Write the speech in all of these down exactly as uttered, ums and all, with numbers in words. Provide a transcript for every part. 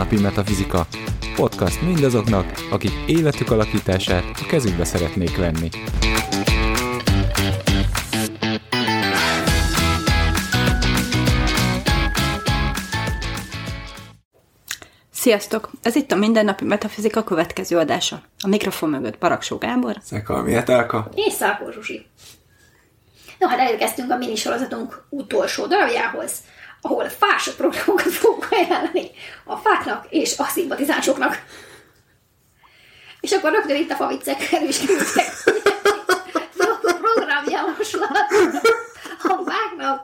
Mindennapi Metafizika. Podcast mindazoknak, akik életük alakítását a kezükbe szeretnék venni. Sziasztok! Ez itt a Mindennapi Metafizika következő adása. A mikrofon mögött Paraksó Gábor, Szekalmi Etelka és Szalkó Zsuzsi. No, hát elérkeztünk a minisorozatunk utolsó darabjához, ahol fás programokat fogunk ajánlani a fáknak és a szimpatizánsoknak. És akkor rögtön itt a faviccek erősködtek. Programjavaslat a fáknak.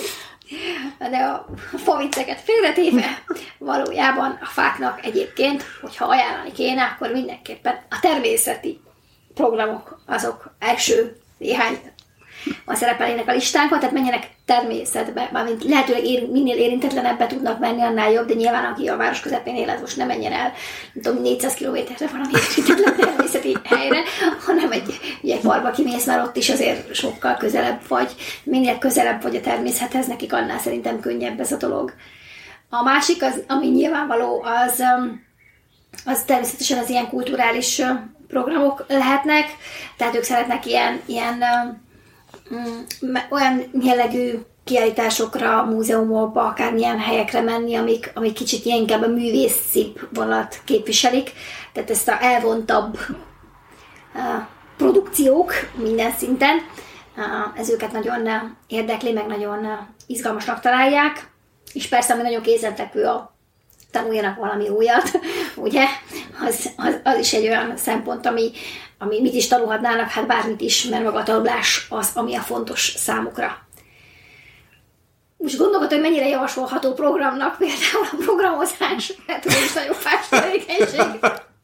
De a favicceket félretéve valójában a fáknak egyébként, hogyha ajánlani kéne, akkor mindenképpen a természeti programok azok első néhány a szerepelnének a listánkon, tehát menjenek természetbe, mármint lehetőleg ér, minél érintetlenebbe tudnak menni, annál jobb, de nyilván aki a város közepén él, az most nem menjen el, nem tudom, négyszáz kilométerre valami érintetlen természeti helyre, hanem egy, egy parkba kimész, mert ott is azért sokkal közelebb vagy. Minél közelebb vagy a természethez, nekik annál szerintem könnyebb ez a dolog. A másik, az, ami nyilvánvaló, az, az természetesen az ilyen kulturális programok lehetnek, tehát ők szeretnek ilyen, ilyen olyan jellegű kiállításokra, múzeumokba, akármilyen helyekre menni, amik, amik kicsit ilyen inkább a művészibb vonalat képviselik. Tehát ezt a elvontabb uh, produkciók minden szinten, uh, ez őket nagyon uh, érdekli, meg nagyon uh, izgalmasnak találják. És persze, ami nagyon kézenfekvő, a tanuljanak valami újat, ugye? Az, az, az is egy olyan szempont, ami, ami mit is tanulhatnának, hát bármit is, mert maga a tanulás az, ami a fontos számukra. Most gondolkodom, hogy mennyire javasolható programnak például a programozás, mert ez is nagyon fás tevékenység.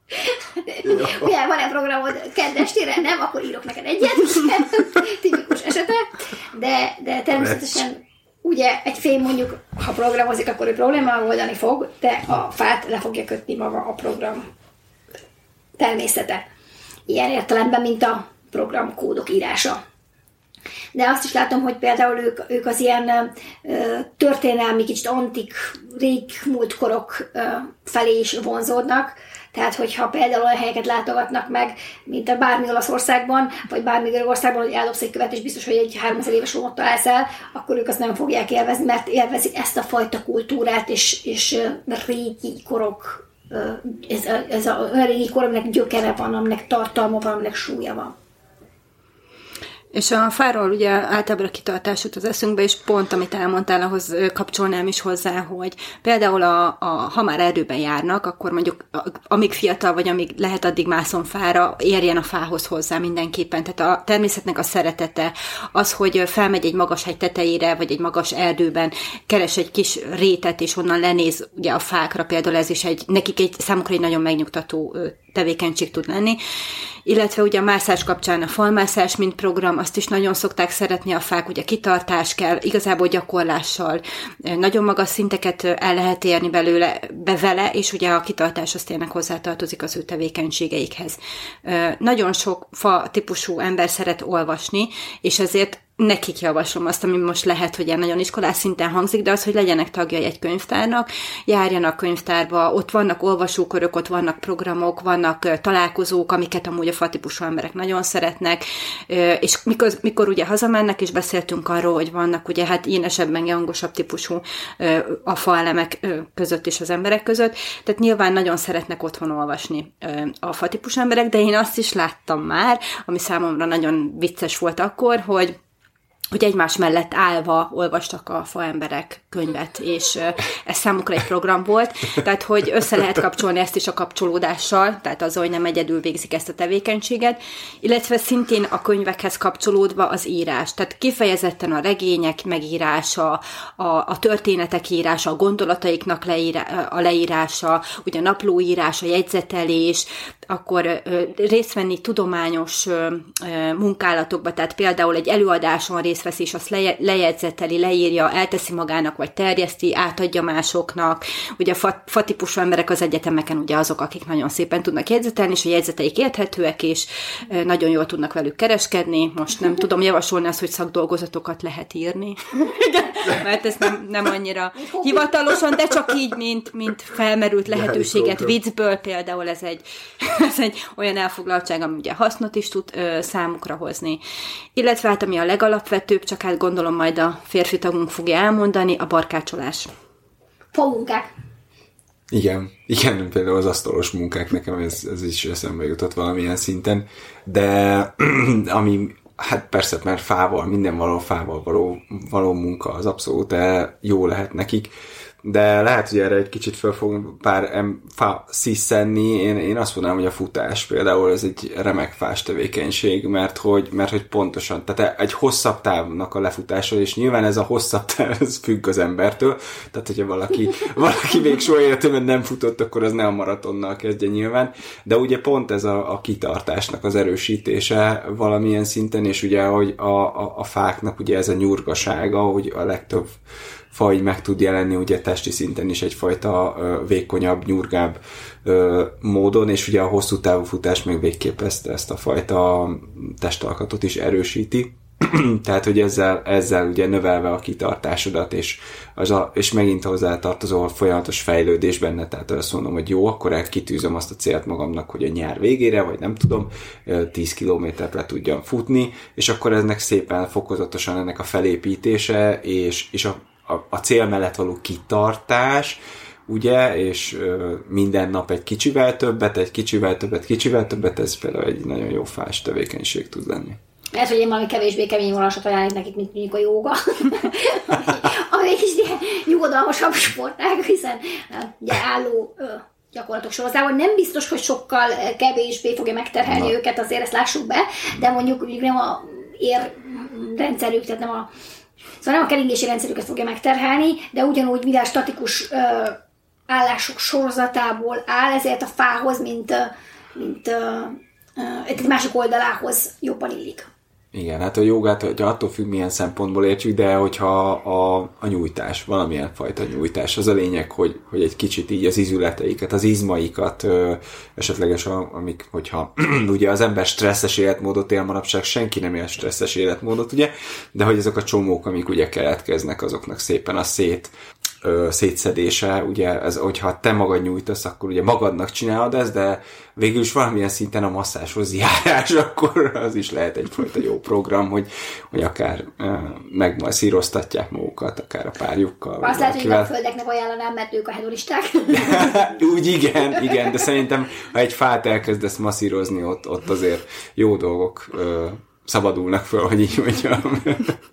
Ugye, van-e programod kedvestére? Nem, akkor írok neked egyet, tipikus esete, de, de természetesen ugye egy fém mondjuk, ha programozik, akkor ő problémával oldani fog, de a fát le fogja kötni maga a program természete. Ilyen értelemben, mint a programkódok írása. De azt is látom, hogy például ők, ők az ilyen ö, történelmi, kicsit antik, rég múlt korok ö, felé is vonzódnak. Tehát, hogyha például olyan helyeket látogatnak meg, mint a bármi Olaszországban, vagy bármi Görögországban, hogy eldobsz egy követ, és biztos, hogy egy háromezer éves romot találsz el, akkor ők azt nem fogják élvezni, mert élvezik ezt a fajta kultúrát, és, és régi korok, ez a, ez a régi kor, aminek gyökere van, aminek tartalma van, aminek súlya van. És a fáról ugye általában a kitartás jut az eszünkbe, és pont, amit elmondtál, ahhoz kapcsolnám is hozzá, hogy például a, a, ha már erdőben járnak, akkor mondjuk amíg fiatal vagy, amíg lehet, addig mászon fára, érjen a fához hozzá mindenképpen. Tehát a természetnek a szeretete, az, hogy felmegy egy magas hegy tetejére, vagy egy magas erdőben, keres egy kis rétet, és onnan lenéz ugye a fákra, például ez is egy, nekik egy, számukra egy nagyon megnyugtató tevékenység tud lenni. Illetve ugye a mászás kapcsán a falmászás, mint program, azt is nagyon szokták szeretni a fák, ugye kitartás kell, igazából gyakorlással nagyon magas szinteket el lehet érni belőle, be vele, és ugye a kitartás az tényleg hozzátartozik az ő tevékenységeikhez. Nagyon sok fa típusú ember szeret olvasni, és ezért nekik javaslom azt, ami most lehet, hogy ilyen nagyon iskolás szinten hangzik, de az, hogy legyenek tagjai egy könyvtárnak, járjanak könyvtárba, ott vannak olvasókörök, ott vannak programok, vannak találkozók, amiket amúgy a fatípusú emberek nagyon szeretnek, és mikor, mikor ugye hazamennek, és beszéltünk arról, hogy vannak ugye hát ilyen esetben hangosabb típusú a faelemek között és az emberek között, tehát nyilván nagyon szeretnek otthon olvasni a fatípusú emberek, de én azt is láttam már, ami számomra nagyon vicces volt akkor, hogy hogy egymás mellett állva olvastak a faemberek könyvet, és ez számukra egy program volt, tehát hogy össze lehet kapcsolni ezt is a kapcsolódással, tehát azzal, hogy nem egyedül végzik ezt a tevékenységet, illetve szintén a könyvekhez kapcsolódva az írás, tehát kifejezetten a regények megírása, a, a történetek írása, a gondolataiknak leírá, a leírása, ugye a naplóírás, a jegyzetelés, akkor ö, részt venni tudományos ö, munkálatokba, tehát például egy előadáson részt észveszi, és azt leje, lejegyzeteli, leírja, elteszi magának, vagy terjeszti, átadja másoknak. Ugye a fa, fa típusú emberek az egyetemeken ugye azok, akik nagyon szépen tudnak jegyzetelni, és a jegyzeteik érthetőek, és nagyon jól tudnak velük kereskedni. Most nem tudom javasolni azt, hogy szakdolgozatokat lehet írni, mert ez nem, nem annyira hivatalosan, de csak így, mint, mint felmerült lehetőséget viccből, például ez egy, ez egy olyan elfoglaltság, ami ugye hasznot is tud ö, számukra hozni. Illetve hát ami a legalapvetőbb, csak hát gondolom majd a férfi tagunk fogja elmondani, a barkácsolás. Famunkák. Igen, igen, például az asztalos munkák, nekem ez, ez is eszembe jutott valamilyen szinten, de ami, hát persze, mert fával, minden való fával való, való munka az abszolút jó lehet nekik, de lehet, hogy erre egy kicsit föl fogunk pár em, fa sziszenni. Én, én azt mondanám, hogy a futás például ez egy remek fás tevékenység, mert hogy, mert hogy pontosan, tehát egy hosszabb távnak a lefutása, és nyilván ez a hosszabb táv, ez függ az embertől, tehát hogyha valaki, valaki még soha életében nem futott, akkor az ne a maratonnal kezdje nyilván, de ugye pont ez a, a kitartásnak az erősítése valamilyen szinten, és ugye, hogy a, a, a fáknak ugye ez a nyurgasága, hogy a legtöbb faj meg tud jelenni ugye testi szinten is egyfajta ö, vékonyabb, nyurgább ö, módon, és ugye a hosszú távú futás még végképp ezt, ezt a fajta testalkatot is erősíti. Tehát, hogy ezzel, ezzel ugye növelve a kitartásodat, és, az a, és megint hozzá tartozó a folyamatos fejlődés benne, tehát azt mondom, hogy jó, akkor kitűzöm azt a célt magamnak, hogy a nyár végére, vagy nem tudom, tíz kilométert le tudjam futni, és akkor ennek szépen fokozatosan ennek a felépítése, és, és a A, a cél mellett való kitartás, ugye, és ö, minden nap egy kicsivel többet, egy kicsivel többet, kicsivel többet, ez például egy nagyon jó fás tevékenység tud lenni. Lehet, hogy én valami kevésbé kemény vonalasat ajánlít nekik, mint mondjuk a jóga, ami egy kicsit ilyen nyugodalmasabb sportág, hiszen ugye álló ö, gyakorlatok sorozatában nem biztos, hogy sokkal kevésbé fogja megterhelni Na. őket, azért ezt lássuk be, de mondjuk nem a érrendszerük, tehát nem a Szóval nem a keringési rendszerüket fogja megterhelni, de ugyanúgy, mivel statikus ö, állások sorozatából áll, ezért a fához, mint, mint ö, ö, egy másik oldalához jobban illik. Igen, hát a jogát hogy attól függ, milyen szempontból értjük, de hogyha a, a nyújtás, valamilyen fajta nyújtás, az a lényeg, hogy, hogy egy kicsit így az izületeiket, az izmaikat, ö, esetleges, amik, hogyha ugye az ember stresszes életmódot él manapság, senki nem él stresszes életmódot, ugye, de hogy azok a csomók, amik ugye keletkeznek, azoknak szépen a szét Ö, szétszedése, ugye, ez, hogyha te magad nyújtasz, akkor ugye magadnak csinálod ezt, de végül is valamilyen szinten a masszáshoz járás, akkor az is lehet egyfajta jó program, hogy, hogy akár ö, megmasszíroztatják magukat, akár a párjukkal. Azt lehet, hogy a földeknek ajánlanám, mert ők a hedonisták. Úgy igen, igen, de szerintem, ha egy fát elkezdesz masszírozni, ott, ott azért jó dolgok ö, szabadulnak föl, hogy így mondjam.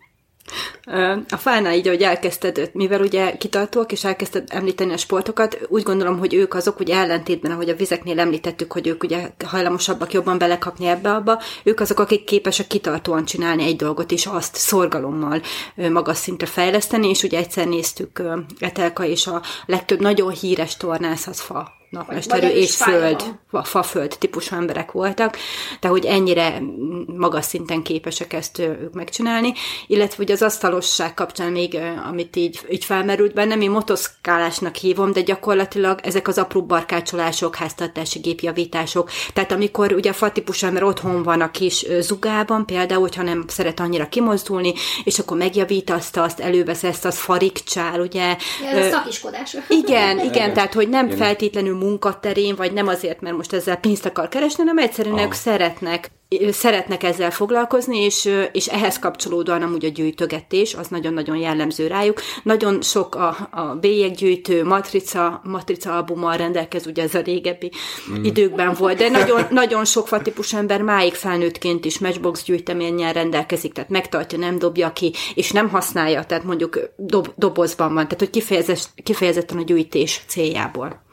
A fánál így, ahogy elkezdted, mivel ugye kitartóak, és elkezdted említeni a sportokat, úgy gondolom, hogy ők azok, ugye ellentétben, ahogy a vizeknél említettük, hogy ők ugye hajlamosabbak jobban belekapni ebbe-abba, ők azok, akik képesek kitartóan csinálni egy dolgot, és azt szorgalommal magas szintre fejleszteni, és ugye egyszer néztük Etelka és a legtöbb nagyon híres tornász az fa napmesterű és föld, faföld típusú emberek voltak, tehát hogy ennyire magas szinten képesek ezt ők megcsinálni, illetve hogy az asztalosság kapcsán még, amit így, így felmerült bennem, én motoszkálásnak hívom, de gyakorlatilag ezek az apró barkácsolások, háztartási gépjavítások, tehát amikor ugye a fa típusú ember otthon van a kis zugában, például, hogyha nem szeret annyira kimozdulni, és akkor megjavít azt, azt elővesz ezt, az farigcsál, ugye. Ja, ez a szakiskodás. Igen, igen, tehát hogy nem feltétlenül munkaterén, vagy nem azért, mert most ezzel pénzt akar keresni, hanem egyszerűen ők szeretnek, szeretnek ezzel foglalkozni, és, és ehhez kapcsolódóan amúgy a gyűjtögetés, az nagyon-nagyon jellemző rájuk. Nagyon sok a, a bélyeggyűjtő, matrica, matrica albummal rendelkező, ugye ez a régebbi mm. időkben volt, de nagyon, nagyon sok fatípus ember máig felnőttként is matchbox gyűjteménnyel rendelkezik, tehát megtartja, nem dobja ki, és nem használja, tehát mondjuk dob, dobozban van, tehát hogy kifejezett, kifejezetten a gyűjtés céljából.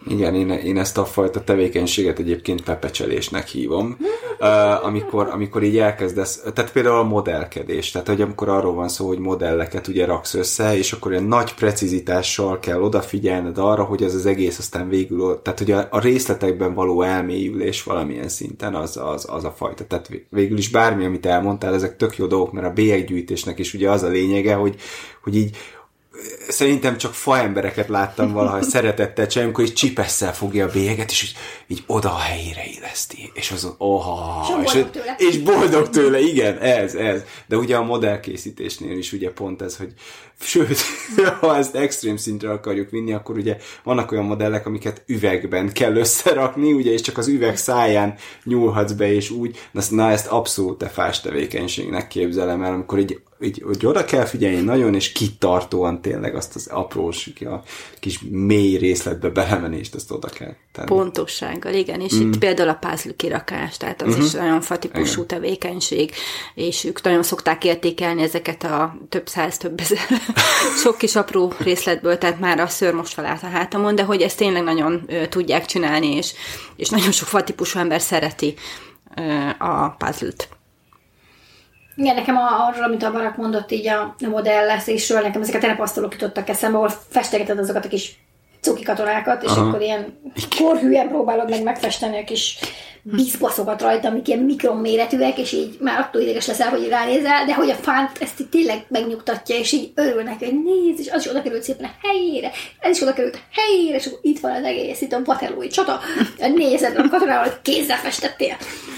Igen, én, én ezt a fajta tevékenységet egyébként pepecselésnek hívom. Uh, amikor, amikor így elkezdesz, tehát például a modellkedés, tehát hogy amikor arról van szó, hogy modelleket ugye raksz össze, és akkor ilyen nagy precizitással kell odafigyelned arra, hogy ez az egész aztán végül, tehát hogy a, a részletekben való elmélyülés valamilyen szinten az, az, az a fajta. Tehát végül is bármi, amit elmondtál, ezek tök jó dolgok, mert a bélyeggyűjtésnek is ugye az a lényege, hogy, hogy így szerintem csak faembereket láttam valaha, hogy szeretettel csinálni, amikor így csipesszel fogja a bélyeget, és így, így oda a helyére illeszti. És azon, oha, és, és, boldog és boldog tőle, igen, ez, ez. De ugye a modellkészítésnél is ugye pont ez, hogy sőt, ha ezt extrém szintre akarjuk vinni, akkor ugye vannak olyan modellek, amiket üvegben kell összerakni, ugye, és csak az üveg száján nyúlhatsz be, és úgy, na ezt abszolút fás tevékenységnek képzelem el, amikor így, így hogy oda kell figyelni nagyon, és kitartóan tényleg azt az aprós, a kis mély részletbe belemenést, azt oda kell tenni. Pontossággal, igen, és mm. itt például a puzzle kirakás, tehát az uh-huh. is nagyon fatípusú igen. tevékenység, és ők nagyon szokták értékelni ezeket a több száz, több ezer sok kis apró részletből, tehát már a szőr most felállt a hátamon, de hogy ezt tényleg nagyon ö, tudják csinálni, és, és nagyon sok fatípusú ember szereti ö, a puzzle-t. Igen, nekem arról, amit a Barak mondott így a, a modellezésről, nekem ezek a terepasztalok jutottak eszembe, ahol festegeted azokat a kis cuki katonákat, és Aha. akkor ilyen korhűen próbálod meg megfesteni a kis bizbaszokat rajta, amik ilyen mikronméretűek, és így már attól ideges leszel, hogy ránézel, de hogy a fánt ezt így tényleg megnyugtatja, és így örülnek, hogy nézd, és az is oda került szépen a helyére, ez is oda került a helyére, és akkor itt van az egész, itt a Waterloo-i csata, nézed a katonával, hogy kézzel festettél.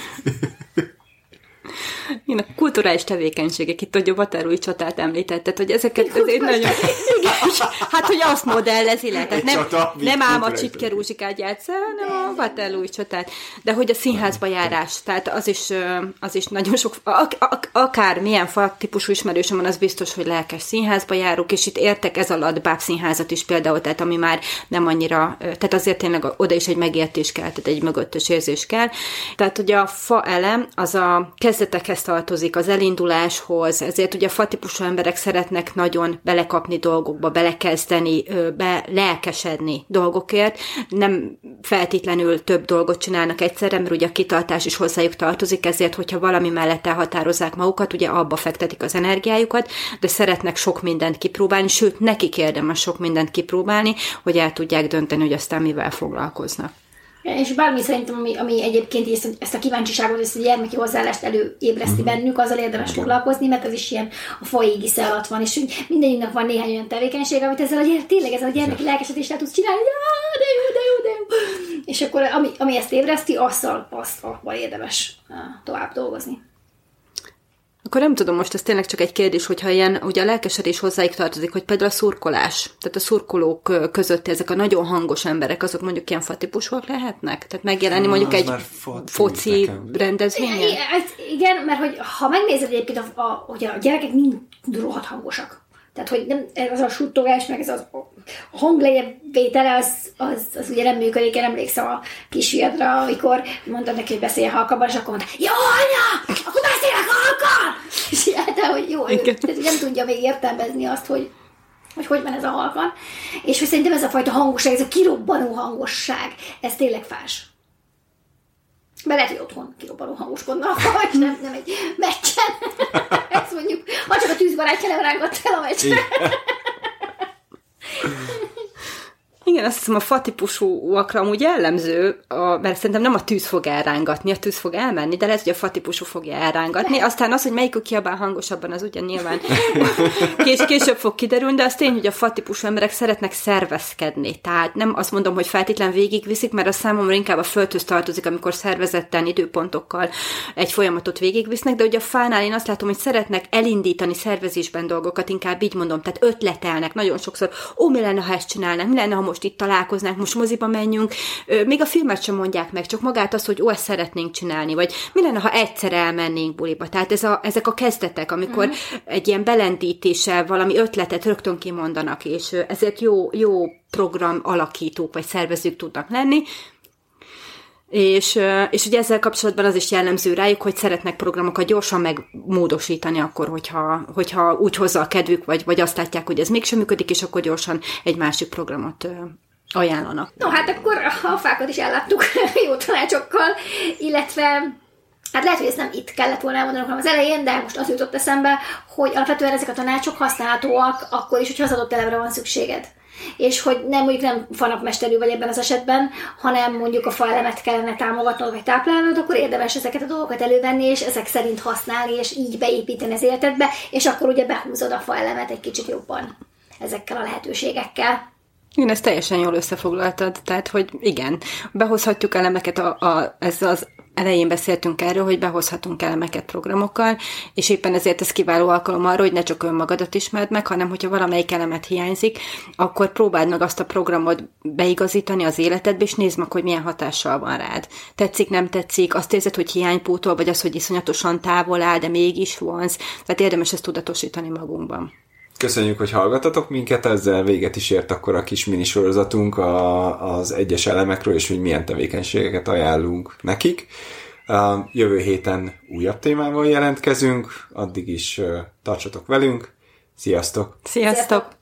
Igen, a kulturális tevékenységek, itt, hogy a Waterloo-i csatát említetted, hogy ezeket azért nagyon... Igen, hát, hogy azt modellezi le, tehát nem, nem ám a Csipke Rózsikát játssza, hanem a Waterloo-i csatát, de hogy a színházba járás, tehát az is, az is nagyon sok, ak- ak- akár milyen típusú ismerősöm van, az biztos, hogy lelkes színházba járok, és itt értek ez alatt bábszínházat is például, tehát ami már nem annyira, tehát azért tényleg oda is egy megértés kell, tehát egy mögöttes érzés kell. Tehát, hogy a fa elem, az a kezdetekhez tartozik, az elinduláshoz, ezért ugye a fatípusú emberek szeretnek nagyon belekapni dolgokba, belekezdeni, be lelkesedni dolgokért, nem feltétlenül több dolgot csinálnak egyszerre, mert ugye a kitartás is hozzájuk tartozik, ezért, hogyha valami mellett elhatározzák magukat, ugye abba fektetik az energiájukat, de szeretnek sok mindent kipróbálni, sőt, nekik érdemes sok mindent kipróbálni, hogy el tudják dönteni, hogy aztán mivel foglalkoznak. És bármi szerintem, ami, ami egyébként ezt, ezt a kíváncsiságot, ezt a gyermeki hozzáállást előébreszti bennük, azzal érdemes foglalkozni, mert ez is ilyen a fa égisze alatt van, és mindegyiknek van néhány olyan tevékenység, amit ezzel a gyermek, tényleg ezzel a gyermeki lelkesedést el tudsz csinálni, de jó, de jó, de jó. És akkor ami, ami ezt ébreszti, azzal, azt abban érdemes tovább dolgozni. Akkor nem tudom, most ez tényleg csak egy kérdés, hogyha ilyen, ugye a lelkesedés hozzáig tartozik, hogy például a szurkolás, tehát a szurkolók között ezek a nagyon hangos emberek, azok mondjuk ilyen fatípusúak lehetnek? Tehát megjelenni mondjuk egy foci rendezvényen? Igen, mert hogy ha megnézed egyébként, a, a, hogy a gyerekek mind rohadt hangosak. Tehát, hogy nem, ez a suttogás, meg ez az, a hanglejjebb-vétele, az, az, az ugye nem működik. Én emlékszem a kisfiadra, amikor mondtad neki, hogy beszélj halkabban, és akkor mondta, jó, anya, akkor beszélek halkan! És jelente, hogy jó, ő, tehát nem tudja még értelmezni azt, hogy hogy hogy van ez a halkan. És hogy szerintem ez a fajta hangosság, ez a kirobbanó hangosság, ez tényleg fás. Mert lehet, hogy otthon kirobbanó hangoskodna, vagy nem, nem egy meccsen. Ezt mondjuk, ha csak a tűzbarátja nem rángatt el a meccsen. Igen, azt hiszem a fatípusúakra amúgy jellemző, a, mert szerintem nem a tűz fog elrángatni, a tűz fog elmenni, de lehet, hogy a fatípusú fogja elrángatni. Aztán az, hogy melyikük kiabál hangosabban, az ugyan nyilván kés, később fog kiderülni, de az tény, hogy a fatípusú emberek szeretnek szervezkedni. Tehát nem azt mondom, hogy feltétlen végigviszik, mert a számomra inkább a földhöz tartozik, amikor szervezetten, időpontokkal egy folyamatot végigvisznek, de ugye a fánál én azt látom, hogy szeretnek elindítani szervezésben dolgokat, inkább így mondom, tehát ötletelnek nagyon sokszor. Ó, mi lenne, ha ezt csinálnánk, mi lenne, ha most itt találkoznánk, most moziba menjünk, még a filmet sem mondják meg, csak magát az, hogy ó, ezt szeretnénk csinálni, vagy mi lenne, ha egyszer elmennénk buliba. Tehát ez a, ezek a kezdetek, amikor uh-huh. egy ilyen belendítéssel valami ötletet rögtön kimondanak, és ezért jó, jó program alakítók, vagy szervezők tudnak lenni. És, és ugye ezzel kapcsolatban az is jellemző rájuk, hogy szeretnek programokat gyorsan megmódosítani akkor, hogyha, hogyha úgy hozza a kedvük, vagy, vagy azt látják, hogy ez mégsem működik, és akkor gyorsan egy másik programot ajánlanak. No, hát akkor a fákat is elláttuk jó tanácsokkal, illetve hát lehet, hogy ezt nem itt kellett volna elmondanom, hanem az elején, de most az jutott eszembe, hogy alapvetően ezek a tanácsok használhatóak akkor is, hogyha az adott elemre van szükséged. És hogy nem mondjuk nem fanapmesterű vagy ebben az esetben, hanem mondjuk a faelemet kellene támogatnod vagy táplálnod, akkor érdemes ezeket a dolgokat elővenni, és ezek szerint használni, és így beépíteni az életedbe, és akkor ugye behúzod a faelemet egy kicsit jobban ezekkel a lehetőségekkel. Igen, ezt teljesen jól összefoglaltad, tehát, hogy igen, behozhatjuk elemeket, a, a, ez az elején beszéltünk erről, hogy behozhatunk elemeket programokkal, és éppen ezért ez kiváló alkalom arra, hogy ne csak önmagadat ismerd meg, hanem hogyha valamelyik elemet hiányzik, akkor próbáld meg azt a programot beigazítani az életedbe, és nézd meg, hogy milyen hatással van rád. Tetszik, nem tetszik, azt érzed, hogy hiánypótol, vagy az, hogy iszonyatosan távol áll, de mégis vonz. Tehát érdemes ezt tudatosítani magunkban. Köszönjük, hogy hallgatatok minket, ezzel véget is ért akkor a kis minisorozatunk a, az egyes elemekről, és hogy milyen tevékenységeket ajánlunk nekik. Jövő héten újabb témával jelentkezünk, addig is tartsatok velünk. Sziasztok! Sziasztok!